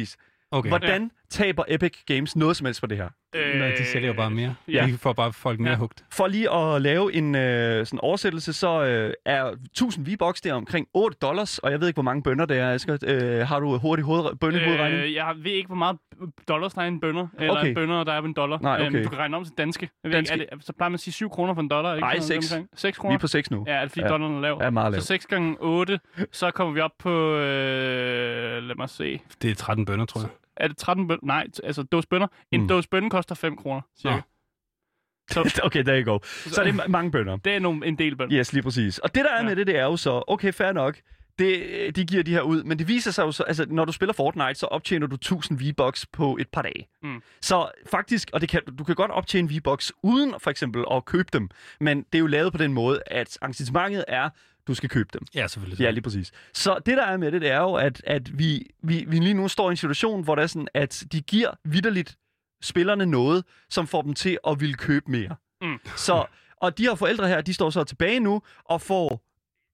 Speaker 3: Okay.
Speaker 1: Hvordan ja. taber Epic Games noget som helst på det her?
Speaker 2: Øh,
Speaker 3: Nej, de sælger jo bare mere.
Speaker 2: Ja.
Speaker 3: De får bare folk mere
Speaker 2: Ja.
Speaker 3: hugt.
Speaker 1: For lige at lave en øh, sådan oversættelse, så øh, er tusind V-Bucks der omkring otte dollars, og jeg ved ikke, hvor mange bønner det er. Asger. Øh, har du hurtigt hoved, bønnehovedregning?
Speaker 2: Øh, jeg ved ikke, hvor meget dollars der er i en bønner, eller
Speaker 1: Okay.
Speaker 2: bønner, der er på en dollar.
Speaker 1: Nej, okay.
Speaker 2: Øhm, du kan regne om til danske. Jeg ved
Speaker 1: Danske.
Speaker 2: Ikke, er det, så plejer man at sige syv kroner for en dollar.
Speaker 1: Nej, seks.
Speaker 2: seks
Speaker 1: Vi
Speaker 2: kroner?
Speaker 1: er på seks nu.
Speaker 2: Ja, er det fordi
Speaker 1: Ja.
Speaker 2: dollaren er lav?
Speaker 1: Er meget lav.
Speaker 2: Så seks gange otte, så kommer vi op på, øh, lad mig se,
Speaker 3: Det er tretten bønner, tror jeg.
Speaker 2: er det tretten bønner? Nej, t- altså dåse bønner. En
Speaker 1: Mm.
Speaker 2: dåse bønner koster fem kroner, cirka.
Speaker 3: Nå.
Speaker 1: Okay, there you go. Så er det ma- mange bønner.
Speaker 2: Det er nogle, en del bønner.
Speaker 1: Yes, lige præcis. Og det der er
Speaker 2: Ja.
Speaker 1: med det, det er jo så, okay, fair nok, det, de giver de her ud, men det viser sig jo så, altså når du spiller Fortnite, så optjener du tusind V-Bucks på et par dage.
Speaker 2: Mm.
Speaker 1: Så faktisk, og det kan, du kan godt optjene V-Bucks uden for eksempel at købe dem, men det er jo lavet på den måde, at engagementet er, du skal købe dem.
Speaker 3: Ja, selvfølgelig.
Speaker 1: Ja, lige præcis. Så det der er med det, det er jo, at, at vi, vi, vi lige nu står i en situation, hvor det er sådan, at de giver vitterligt spillerne noget, som får dem til at ville købe mere.
Speaker 2: Mm.
Speaker 1: Så, og de her forældre her, de står så tilbage nu og får...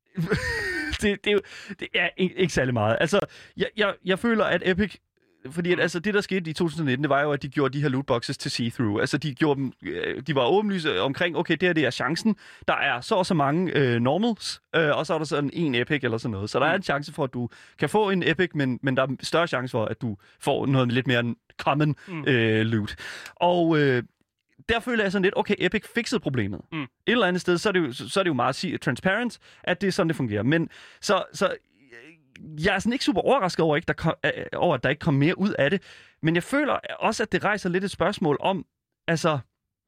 Speaker 1: det, det, er jo, det er ikke, ikke særlig meget. Altså, jeg, jeg, jeg føler, at Epic... Fordi at, altså, det, der skete i to tusind nitten, det var jo, at de gjorde de her lootboxes til see-through. Altså, de, gjorde dem, øh, de var åbenlyse omkring, okay, det her det er chancen. Der er så og så mange øh, normals, øh, og så er der sådan en epic eller sådan noget. Så der er en chance for, at du kan få en epic, men, men der er større chance for, at du får noget lidt mere common øh, loot. Og... Øh, der føler jeg sådan lidt, okay, Epic fikset problemet.
Speaker 2: Mm.
Speaker 1: Et eller andet sted, så er det jo, så er det jo meget sig- transparent, at det er sådan, det fungerer. Men så, så jeg er sådan ikke super overrasket over, ikke, der kom, øh, over, at der ikke kom mere ud af det. Men jeg føler også, at det rejser lidt et spørgsmål om, altså...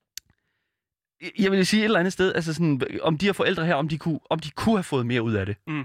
Speaker 1: Jeg vil sige et eller andet sted, altså sådan, om de her forældre her, om de kunne, om de kunne have fået mere ud af det.
Speaker 2: Mm.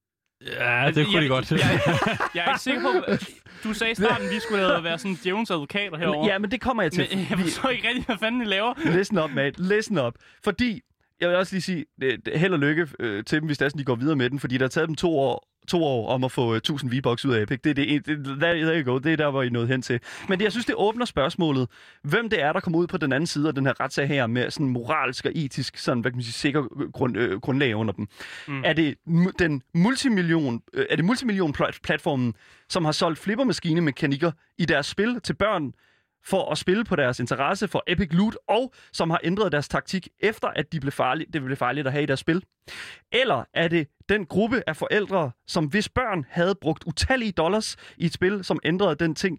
Speaker 3: Ja, det kunne
Speaker 2: jeg,
Speaker 3: de godt.
Speaker 2: Jeg, jeg, jeg er ikke sikker på... Du sagde i starten, at vi skulle have være sådan djævelens advokater herovre.
Speaker 1: Ja, men det kommer jeg til.
Speaker 2: Men jeg forstår ikke rigtig, hvad fanden I laver.
Speaker 1: Listen up, mate. Listen up. Fordi, jeg vil også lige sige, det, det, held og lykke øh, til dem, hvis de går videre med den, fordi der har taget dem to år, to år om at få uh, tusind V-Bucks ud af Epic. Det er det, det, there, there you go. Det er der, hvor I nåede hen til. Men det, jeg synes, det åbner spørgsmålet, hvem det er, der kommer ud på den anden side af den her retssag her, med sådan moralsk og etisk, sådan, hvad kan man sige, sikker grund, øh, grundlag under dem. Mm. Er det mu- den multimillion, øh, er det multimillion-platformen, som har solgt flippermaskine-mekanikker i deres spil til børn, for at spille på deres interesse for Epic Loot, og som har ændret deres taktik efter, at de blev farlige, det blev farligt at have i deres spil? Eller er det den gruppe af forældre, som hvis børn havde brugt utallige dollars i et spil, som ændrede den ting,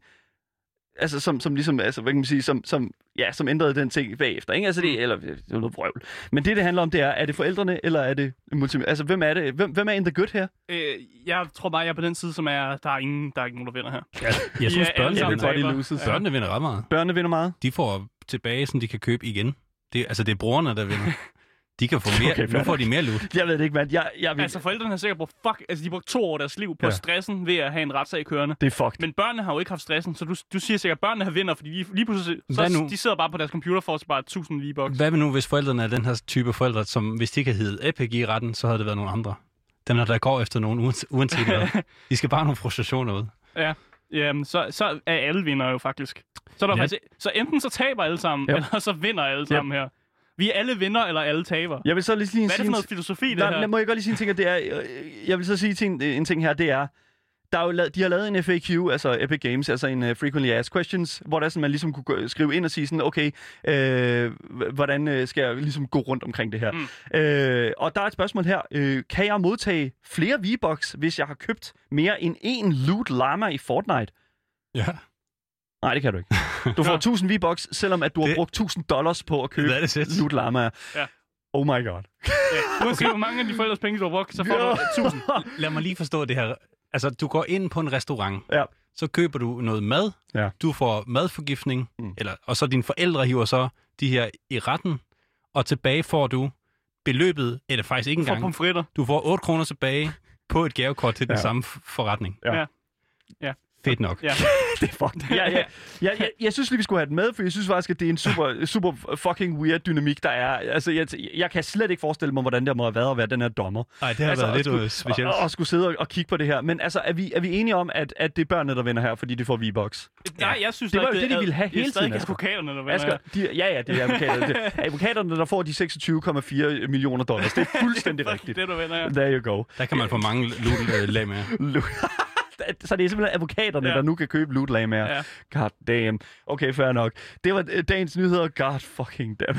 Speaker 1: altså som, som ligesom, altså hvad kan man sige, som, som, ja, som ændrede den ting bagefter, ikke? Altså det, eller det er noget vrøvl. Men det, det handler om, det er, er det forældrene, eller er det multi, altså hvem er det, hvem, hvem er in the good her?
Speaker 2: Øh, jeg tror bare, jeg er på den side, som er, der er ingen, der er ikke nogen, der vinder her.
Speaker 3: Ja, jeg synes,
Speaker 2: Ja, alle
Speaker 3: børnene,
Speaker 2: sammen
Speaker 3: vinder,
Speaker 2: taber.
Speaker 1: loses.
Speaker 3: børnene vinder ret meget.
Speaker 1: Børnene vinder meget.
Speaker 3: De får tilbage, som de kan købe igen. Det, altså, det er brugerne, der vinder. De kan få mere.
Speaker 1: Okay,
Speaker 3: Okay, nu får de mere loot.
Speaker 1: Jeg ved det ikke, mand. Jeg, jeg vil...
Speaker 2: Altså, forældrene har sikkert brugt, fuck, altså, de brugte to år af deres liv på
Speaker 1: Ja.
Speaker 2: stressen ved at have en retssag kørende.
Speaker 1: Det er fucked.
Speaker 2: Men børnene har jo ikke haft stressen, så du, du siger sikkert, at børnene har vinder, fordi de, lige pludselig,
Speaker 3: Hvad
Speaker 2: så,
Speaker 3: nu?
Speaker 2: de sidder bare på deres computer for at spare tusind V-Bucks.
Speaker 3: Hvad med nu, hvis forældrene er den her type forældre, som hvis de kan hedde Epic i retten, så havde det været nogle andre. Dem, der går efter nogen, uans- uanset hvad. De skal bare have nogle frustrationer ud.
Speaker 2: Ja, jamen, så, så er alle vinder jo faktisk. Så, er der
Speaker 3: Ja.
Speaker 2: faktisk, så enten så taber alle sammen,
Speaker 1: Ja.
Speaker 2: eller så vinder alle sammen her. Vi er alle vinder, eller alle taber.
Speaker 1: Jeg vil så lige sige en
Speaker 2: Hvad er det
Speaker 1: sige
Speaker 2: for
Speaker 1: en-
Speaker 2: noget filosofi, det
Speaker 1: Nej,
Speaker 2: her?
Speaker 1: men må jeg godt lige sige en ting, at det er... øh, Jeg vil så sige ting, en ting her, det er... Der er jo lavet, de har lavet en F A Q, altså Epic Games, altså en uh, Frequently Asked Questions, hvor der sådan, man ligesom kunne gå, skrive ind og sige sådan, okay, øh, hvordan øh, skal jeg ligesom gå rundt omkring det her? Mm. Øh, og der er et spørgsmål her. Øh, kan jeg modtage flere V-Bucks, hvis jeg har købt mere end én Loot Llama i Fortnite?
Speaker 3: Ja.
Speaker 1: Nej, det kan du ikke. Du får tusind V-Bucks, selvom at du har
Speaker 3: Det-
Speaker 1: brugt tusind dollars på at købe
Speaker 3: Hvad er det sæt?
Speaker 1: Loot Llama.
Speaker 2: Ja.
Speaker 1: Oh my god.
Speaker 2: Ja. Uanset hvor mange af de forældres penge, du har brugt, så får du tusind.
Speaker 3: Lad mig lige forstå det her. Altså, du går ind på en restaurant,
Speaker 1: Ja.
Speaker 3: så køber du noget mad,
Speaker 1: Ja.
Speaker 3: du får madforgiftning,
Speaker 1: Mm.
Speaker 3: mm. eller, og så dine forældre hiver så de her i retten, og tilbage får du beløbet, eller faktisk ikke
Speaker 2: For
Speaker 3: engang,
Speaker 2: pomfritter.
Speaker 3: du får otte kroner tilbage på et gavekort til den
Speaker 1: Ja.
Speaker 3: samme f- forretning.
Speaker 1: Ja.
Speaker 2: Ja. Ja.
Speaker 3: Fedt nok.
Speaker 2: Ja.
Speaker 1: Det er fucked. Ja, ja. Jeg, jeg, jeg synes lige, vi skulle have den med, for jeg synes faktisk, at det er en super, super fucking weird dynamik, der er. Altså, jeg, jeg kan slet ikke forestille mig, hvordan det må have været at være den her dommer.
Speaker 3: Nej, det har
Speaker 1: altså,
Speaker 3: været lidt
Speaker 1: skulle,
Speaker 3: øh, specielt.
Speaker 1: Og, og skulle sidde og, og kigge på det her. Men altså, er vi, er vi enige om, at, at det er børnene, der vinder her, fordi de får V-Bucks?
Speaker 2: Nej, jeg synes
Speaker 1: Det var
Speaker 2: ikke,
Speaker 1: jo det, de ville have hele
Speaker 2: det er stadig
Speaker 1: tiden, Asger.
Speaker 2: advokaterne, der vinder.
Speaker 1: Asger, de, ja, ja, det er advokaterne. Det er advokaterne, der får de seksogtyve komma fire millioner dollars. Det er fuldstændig
Speaker 2: Fuck,
Speaker 1: rigtigt.
Speaker 2: det, du vinder, ja.
Speaker 1: There you go.
Speaker 3: Der kan man få mange loot-lag med.
Speaker 1: så det er simpelthen advokaterne,
Speaker 2: Ja.
Speaker 1: der nu kan købe loot-lamaer.
Speaker 2: Ja.
Speaker 1: God damn. Okay, fair nok. Det var øh, dagens nyheder. God fucking damn.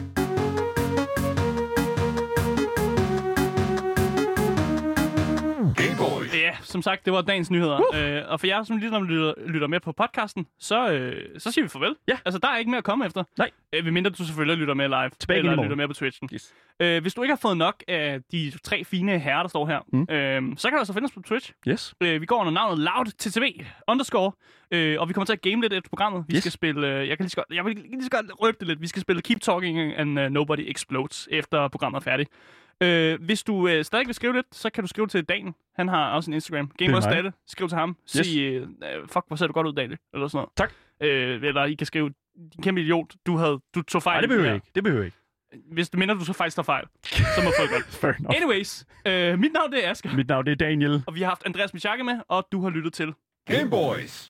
Speaker 2: Ja, som sagt, det var dagens nyheder. Uh. Øh, og for jer, som ligesom lytter, lytter med på podcasten, så, øh, så siger vi farvel.
Speaker 1: Ja.
Speaker 2: Altså, der er ikke mere at komme efter.
Speaker 1: Nej.
Speaker 2: Øh, medmindre du selvfølgelig lytter med live.
Speaker 1: Tilbage igen i
Speaker 2: eller
Speaker 1: morgen.
Speaker 2: lytter med på Twitchen.
Speaker 1: Yes.
Speaker 2: Øh, hvis du ikke har fået nok af de tre fine herrer, der står her,
Speaker 1: Mm.
Speaker 2: øh, så kan du altså finde os på Twitch.
Speaker 1: Yes.
Speaker 2: Øh, vi går under navnet loudttv underscore, øh, og vi kommer til at game lidt efter programmet. Vi
Speaker 1: Yes.
Speaker 2: skal spille, øh, jeg kan lige så godt, jeg vil lige så godt røbe det lidt. Vi skal spille Keep Talking and uh, Nobody Explodes, efter programmet er færdigt. Øh, hvis du øh, stadig vil skrive lidt, så kan du skrive til Dan. Han har også en Instagram. Gameboys
Speaker 1: mig.
Speaker 2: Dalle. Skriv til ham.
Speaker 1: Yes.
Speaker 2: Sig, øh, fuck, hvor ser du godt ud, Dalle. Eller sådan noget.
Speaker 1: Tak.
Speaker 2: Øh, eller I kan skrive, din kæmpe idiot, du, havde, du tog fejl.
Speaker 1: Nej, det
Speaker 2: i
Speaker 1: behøver
Speaker 2: her.
Speaker 1: jeg ikke. Det behøver jeg ikke.
Speaker 2: Hvis du mener, du så faktisk tager fejl, så må folk godt.
Speaker 1: Fair enough.
Speaker 2: Anyways, øh, mit navn det er Asger,
Speaker 1: Mit navn det er Daniel.
Speaker 2: og vi har haft Andreas Michake med, og du har lyttet til
Speaker 4: Game Boys.